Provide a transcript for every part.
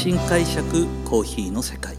新解釈コーヒーの世界。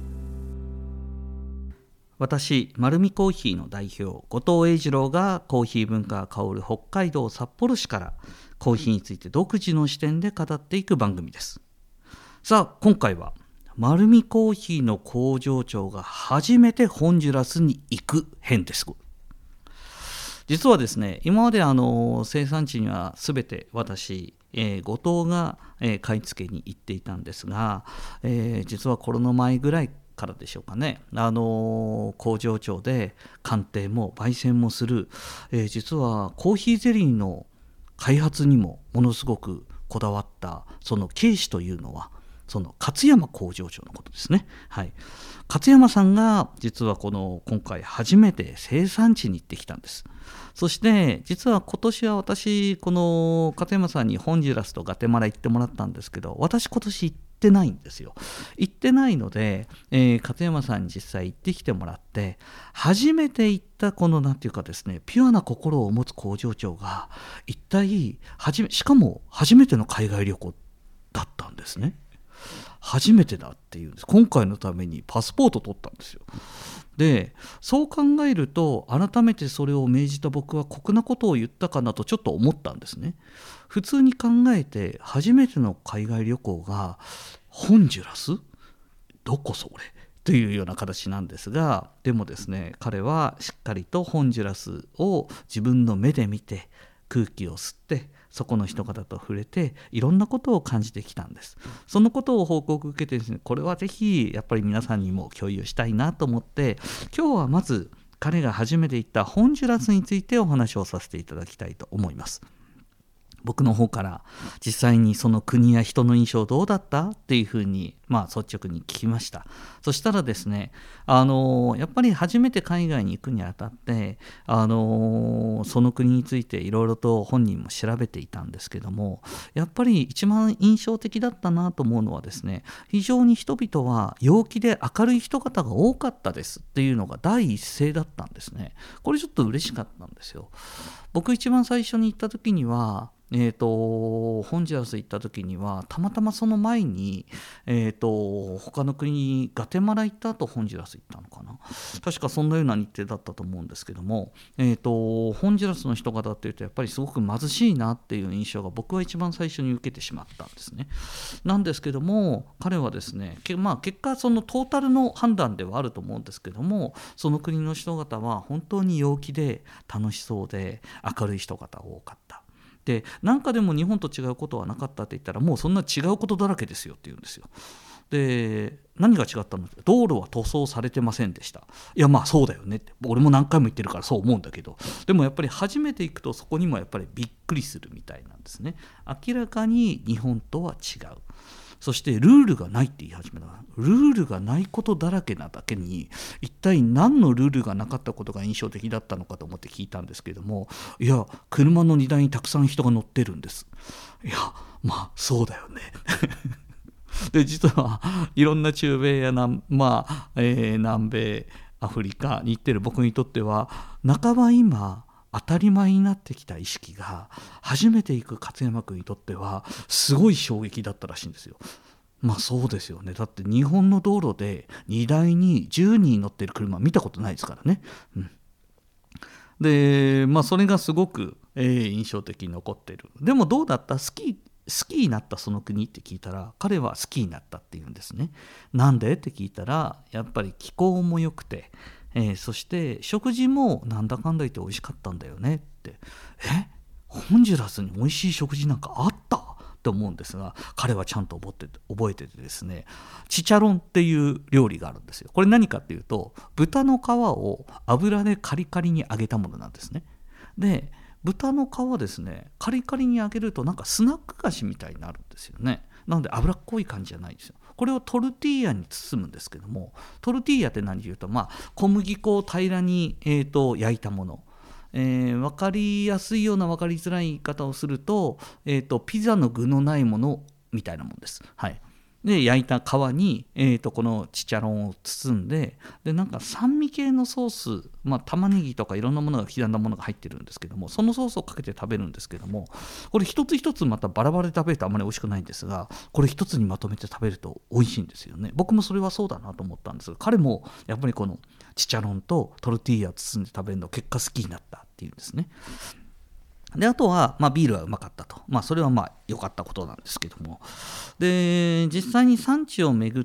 私丸見コーヒーの代表後藤英二郎がコーヒー文化が香る北海道札幌市からコーヒーについて独自の視点で語っていく番組です。さあ今回は丸見コーヒーの工場長が初めてホンジュラスに行く編です。実はですね、今まで生産地には全て私、後藤が、買い付けに行っていたんですが、実はコロナ前ぐらいからでしょうかね、工場長で鑑定も焙煎もする、実はコーヒーゼリーの開発にもものすごくこだわったその経史というのはその勝山工場長のことですね。はい、勝山さんが実は今回初めて生産地に行ってきたんです。そして実は今年は私この勝山さんにホンジュラスとガテマラ行ってもらったんですけど、私今年行ってないんですよ。行ってないので、勝山さんに実際行ってきてもらって初めて行ったなんていうかですね、ピュアな心を持つ工場長が一体しかも初めての海外旅行だったんですね。初めてだっていうんです。今回のためにパスポート取ったんですよ。でそう考えると改めてそれを命じた僕は酷なことを言ったかなとちょっと思ったんですね。普通に考えて初めての海外旅行がホンジュラス、どこそれというような形なんですが、でもですね、彼はしっかりとホンジュラスを自分の目で見て空気を吸ってそこの人方と触れていろんなことを感じてきたんです。そのことを報告を受けてですね、これはぜひやっぱり皆さんにも共有したいなと思って、今日はまず彼が初めて行ったホンジュラスについてお話をさせていただきたいと思います。僕の方から実際にその国や人の印象どうだったっていうふうに率直に聞きました。そしたらですね、やっぱり初めて海外に行くにあたって、その国についていろいろと本人も調べていたんですけども、やっぱり一番印象的だったなと思うのはですね、非常に人々は陽気で明るい人方が多かったですっていうのが第一声だったんですね。これちょっと嬉しかったんですよ。僕一番最初に行った時にはホンジュラス行った時にはたまたまその前に、他の国にガテマラ行った後ホンジュラス行ったのかな、確かそんなような日程だったと思うんですけども、ホンジュラスの人方っていうとやっぱりすごく貧しいなっていう印象が僕は一番最初に受けてしまったんですね。なんですけども彼はですね、結果そのトータルの判断ではあると思うんですけども、その国の人方は本当に陽気で楽しそうで明るい人方が多かった。でなんかでも日本と違うことはなかったって言ったら、もうそんな違うことだらけですよって言うんですよ。で何が違ったの？道路は塗装されてませんでした。いやそうだよねって、俺も何回も言ってるからそう思うんだけど、でもやっぱり初めて行くとそこにもやっぱりびっくりするみたいなんですね。明らかに日本とは違う。そしてルールがないって言い始めた。ルールがないことだらけなだけに一体何のルールがなかったことが印象的だったのかと思って聞いたんですけども、いや車の荷台にたくさん人が乗ってるんです。いやそうだよねで実はいろんな中米や南米アフリカに行ってる僕にとっては半ば今当たり前になってきた意識が初めて行く勝山君にとってはすごい衝撃だったらしいんですよ。そうですよね。だって日本の道路で荷台に10人乗ってる車見たことないですからね。でそれがすごく、印象的に残ってる。でもどうだった？好きになったその国って聞いたら彼は好きになったって言うんですね。なんでって聞いたらやっぱり気候も良くて、そして食事もなんだかんだ言って美味しかったんだよねって。ホンジュラスに美味しい食事なんかあったと思うんですが、彼はちゃんと覚えててですね、チチャロンっていう料理があるんですよ。これ何かっていうと豚の皮を油でカリカリに揚げたものなんですね。で豚の皮ですね、カリカリに揚げるとなんかスナック菓子みたいになるんですよね。なので脂っこい感じじゃないんですよ。これをトルティーヤに包むんですけども、トルティーヤって何て言うと小麦粉を平らに、焼いたもの、分かりやすいような分かりづらい言い方をすると、ピザの具のないものみたいなもんです。はい。 で焼いた皮に、このチチャロンを包んで、でなんか酸味系のソース、玉ねぎとかいろんなものが刻んだものが入ってるんですけども、そのソースをかけて食べるんですけども、これ一つ一つまたバラバラで食べるとあんまり美味しくないんですが、これ一つにまとめて食べると美味しいんですよね。僕もそれはそうだなと思ったんですが、彼もやっぱりこのチチャロンとトルティーヤを包んで食べるの結果好きになったっていうんですね。であとは、ビールはうまかったと、それは良かったことなんですけども、で実際に産地を巡って、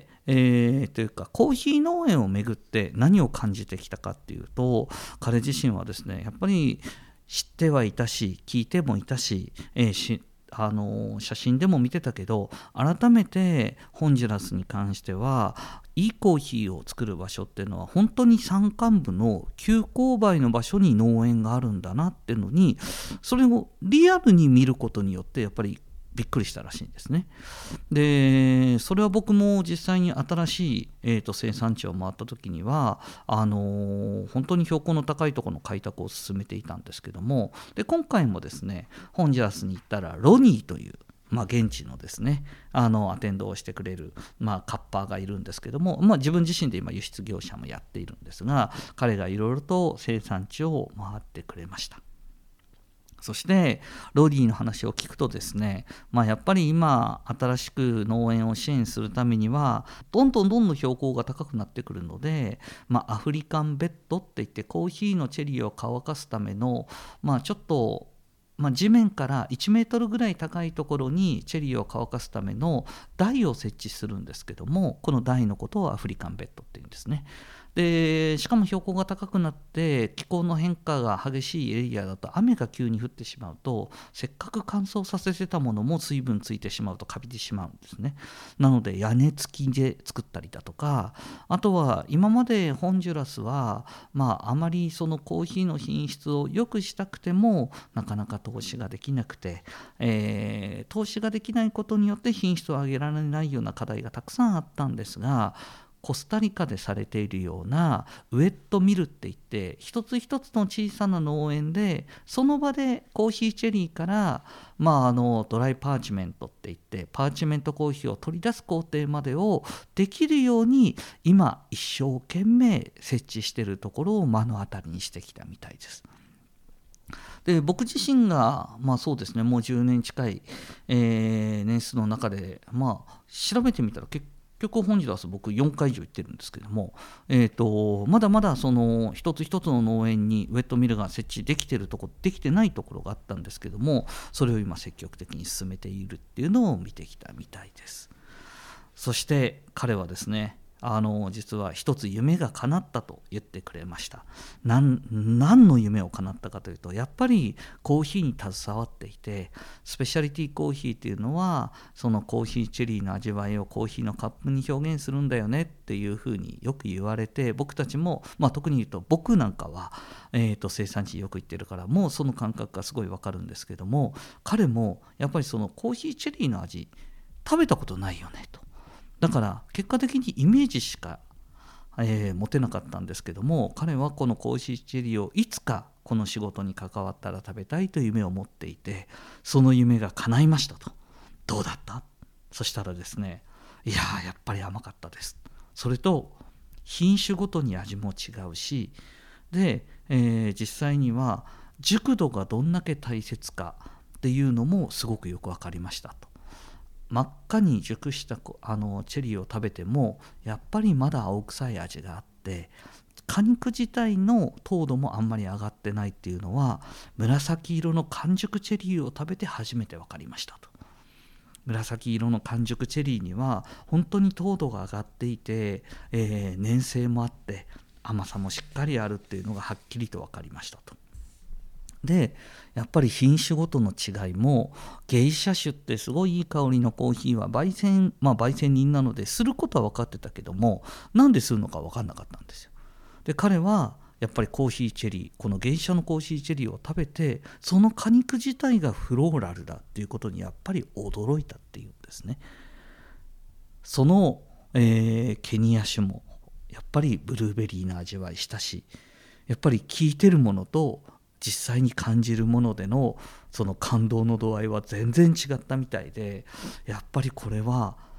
というかコーヒー農園を巡って何を感じてきたかっていうと、彼自身はですねやっぱり知ってはいたし聞いてもいたし、写真でも見てたけど、改めてホンジュラスに関してはいいコーヒーを作る場所っていうのは本当に山間部の急勾配の場所に農園があるんだなっていうのに、それをリアルに見ることによってやっぱりびっくりしたらしいんですね。でそれは僕も実際に新しい、生産地を回った時には本当に標高の高いところの開拓を進めていたんですけども、で今回もですねホンジュラスに行ったらロニーという現地のですねアテンドをしてくれる、カッパーがいるんですけども、自分自身で今輸出業者もやっているんですが、彼がいろいろと生産地を回ってくれました。そしてロディの話を聞くとですね、やっぱり今新しく農園を支援するためにはどんどん標高が高くなってくるので、アフリカンベッドっていってコーヒーのチェリーを乾かすための、ちょっと地面から1メートルぐらい高いところにチェリーを乾かすための台を設置するんですけども、この台のことをアフリカンベッドっていうんですね。でしかも標高が高くなって気候の変化が激しいエリアだと雨が急に降ってしまうと、せっかく乾燥させてたものも水分ついてしまうとカビてしまうんですね。なので屋根付きで作ったりだとか、あとは今までホンジュラスはあまりそのコーヒーの品質を良くしたくてもなかなか投資ができなくて、投資ができないことによって品質を上げられないような課題がたくさんあったんですが、コスタリカでされているようなウェットミルっていって、一つ一つの小さな農園でその場でコーヒーチェリーから、ドライパーチメントっていってパーチメントコーヒーを取り出す工程までをできるように今一生懸命設置しているところを目の当たりにしてきたみたいです。で僕自身がそうですね、もう10年近い、年数の中で調べてみたら結局ホンジュラス僕4回以上行ってるんですけども、まだまだその一つ一つの農園にウェットミルが設置できてるとこできてないところがあったんですけども、それを今積極的に進めているっていうのを見てきたみたいです。そして彼はですね実は一つ夢が叶ったと言ってくれました。何の夢を叶ったかというと、やっぱりコーヒーに携わっていて、スペシャリティコーヒーっていうのはそのコーヒーチェリーの味わいをコーヒーのカップに表現するんだよねっていうふうによく言われて、僕たちも、特に言うと僕なんかは、生産地よく行ってるからもうその感覚がすごいわかるんですけども、彼もやっぱりそのコーヒーチェリーの味食べたことないよねと。だから結果的にイメージしか、持てなかったんですけども、彼はこのコーヒーチェリーをいつかこの仕事に関わったら食べたいという夢を持っていて、その夢が叶いましたと。どうだった？そしたらですね、やっぱり甘かったです。それと品種ごとに味も違うし、で、実際には熟度がどんだけ大切かっていうのもすごくよく分かりましたと。真っ赤に熟したチェリーを食べてもやっぱりまだ青臭い味があって、果肉自体の糖度もあんまり上がってないっていうのは紫色の完熟チェリーを食べて初めて分かりましたと。紫色の完熟チェリーには本当に糖度が上がっていて、粘性もあって甘さもしっかりあるっていうのがはっきりと分かりましたと。でやっぱり品種ごとの違いも、芸者種ってすごいいい香りのコーヒーは焙煎人なのですることは分かってたけども、なんでするのか分かんなかったんですよ。で彼はやっぱりコーヒーチェリー、この芸者のコーヒーチェリーを食べて、その果肉自体がフローラルだっていうことにやっぱり驚いたっていうんですね。その、ケニア種もやっぱりブルーベリーの味わいしたし、やっぱり効いてるものと実際に感じるものでのその感動の度合いは全然違ったみたいで、やっぱりこれは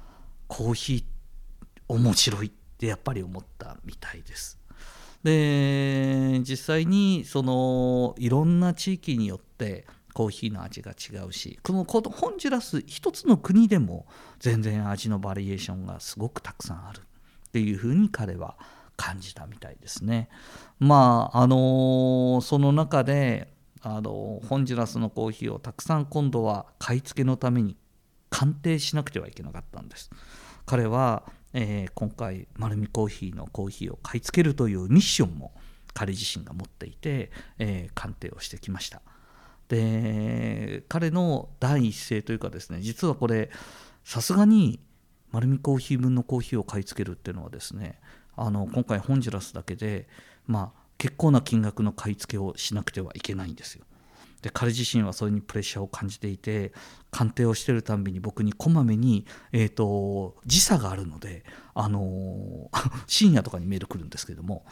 コーヒー面白いってやっぱり思ったみたいです。で実際にいろんな地域によってコーヒーの味が違うし、このホンジュラス一つの国でも全然味のバリエーションがすごくたくさんあるっていうふうに彼は感じたみたいですね。その中でホンジュラスのコーヒーをたくさん今度は買い付けのために鑑定しなくてはいけなかったんです。彼は、今回丸見コーヒーのコーヒーを買い付けるというミッションも彼自身が持っていて、鑑定をしてきました。で彼の第一声というかですね、実はこれさすがに丸見コーヒー分のコーヒーを買い付けるっていうのはですね、今回ホンジュラスだけで、結構な金額の買い付けをしなくてはいけないんですよ。で彼自身はそれにプレッシャーを感じていて、鑑定をしているたんびに僕にこまめに、時差があるので、深夜とかにメール来るんですけども、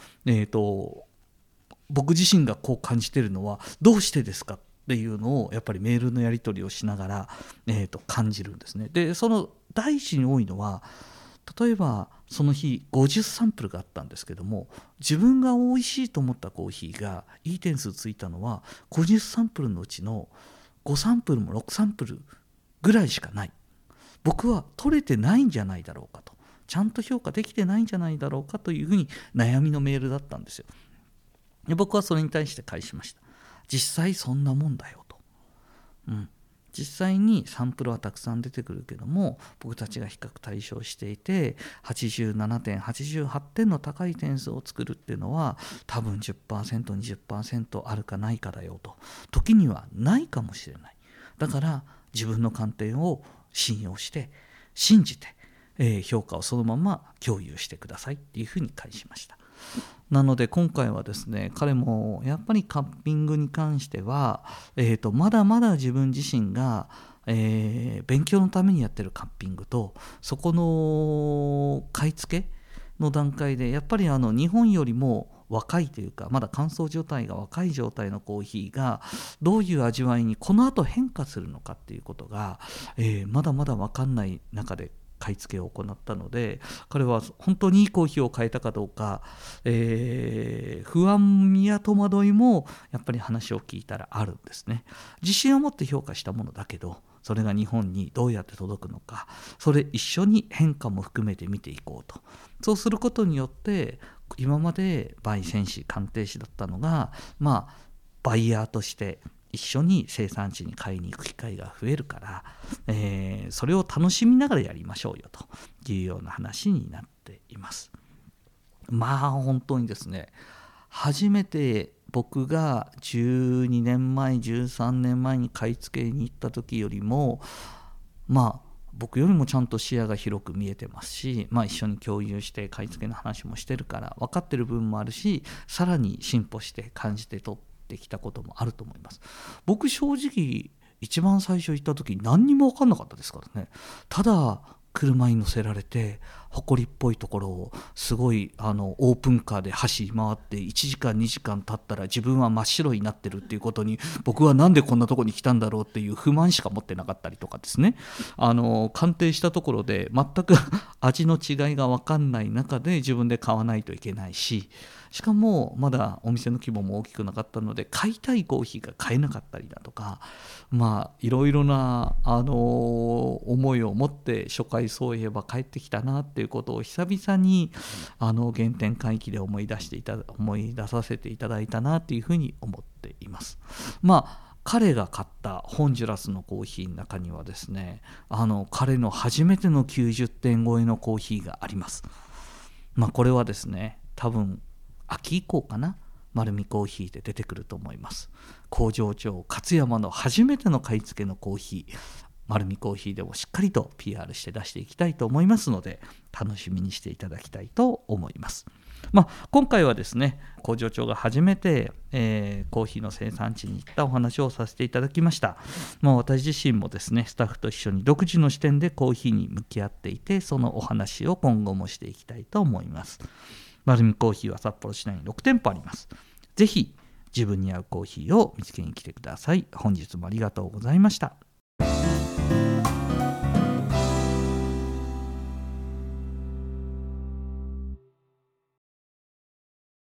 僕自身がこう感じているのはどうしてですかっていうのをやっぱりメールのやり取りをしながら、感じるんですね。でその第一に多いのは、例えばその日50サンプルがあったんですけども、自分が美味しいと思ったコーヒーがいい点数ついたのは50サンプルのうちの5サンプルも6サンプルぐらいしかない。僕は取れてないんじゃないだろうかと、ちゃんと評価できてないんじゃないだろうかというふうに悩みのメールだったんですよ。で僕はそれに対して返しました。実際そんなもんだよと、実際にサンプルはたくさん出てくるけども、僕たちが比較対象していて87点88点の高い点数を作るっていうのは多分 10%20% あるかないかだよと、時にはないかもしれない。だから自分の観点を信用して信じて、評価をそのまま共有してくださいっていうふうに返しました。なので今回はですね、彼もやっぱりカッピングに関しては、まだまだ自分自身が、勉強のためにやってるカッピングと、そこの買い付けの段階でやっぱり日本よりも若いというか、まだ乾燥状態が若い状態のコーヒーがどういう味わいにこの後変化するのかっていうことが、まだまだ分かんない中で買い付けを行ったので、彼は本当にいいコーヒーを買えたかどうか、不安や戸惑いもやっぱり話を聞いたらあるんですね。自信を持って評価したものだけど、それが日本にどうやって届くのか、それ一緒に変化も含めて見ていこうと。そうすることによって今まで焙煎士鑑定士だったのが、バイヤーとして一緒に生産地に買いに行く機会が増えるから、それを楽しみながらやりましょうよというような話になっています。本当にですね、初めて僕が12年前13年前に買い付けに行った時よりも僕よりもちゃんと視野が広く見えてますし、一緒に共有して買い付けの話もしてるから分かってる部分もあるし、さらに進歩して感じて取ってきたこともあると思います。僕正直一番最初行った時何にも分かんなかったですからね。ただ車に乗せられて埃っぽいところをすごいオープンカーで走り回って1時間2時間経ったら自分は真っ白になってるっていうことに、僕はなんでこんなとこに来たんだろうっていう不満しか持ってなかったりとかですね、鑑定したところで全く味の違いが分かんない中で自分で買わないといけないし、しかもまだお店の規模も大きくなかったので買いたいコーヒーが買えなかったりだとか、いろいろな思いを持って初回そういえば帰ってきたなっていうことを久々に原点回帰で思い出させていただいたなというふうに思っています。彼が買ったホンジュラスのコーヒーの中にはですね、彼の初めての90点超えのコーヒーがあります。これはですね、多分秋以降かな、丸見コーヒーで出てくると思います。工場長勝山の初めての買い付けのコーヒー、丸見コーヒーでもしっかりと PR して出していきたいと思いますので、楽しみにしていただきたいと思います。今回はですね、工場長が初めて、コーヒーの生産地に行ったお話をさせていただきました。私自身もですね、スタッフと一緒に独自の視点でコーヒーに向き合っていて、そのお話を今後もしていきたいと思います。丸見コーヒーは札幌市内に6店舗あります。ぜひ自分に合うコーヒーを見つけに来てください。本日もありがとうございました。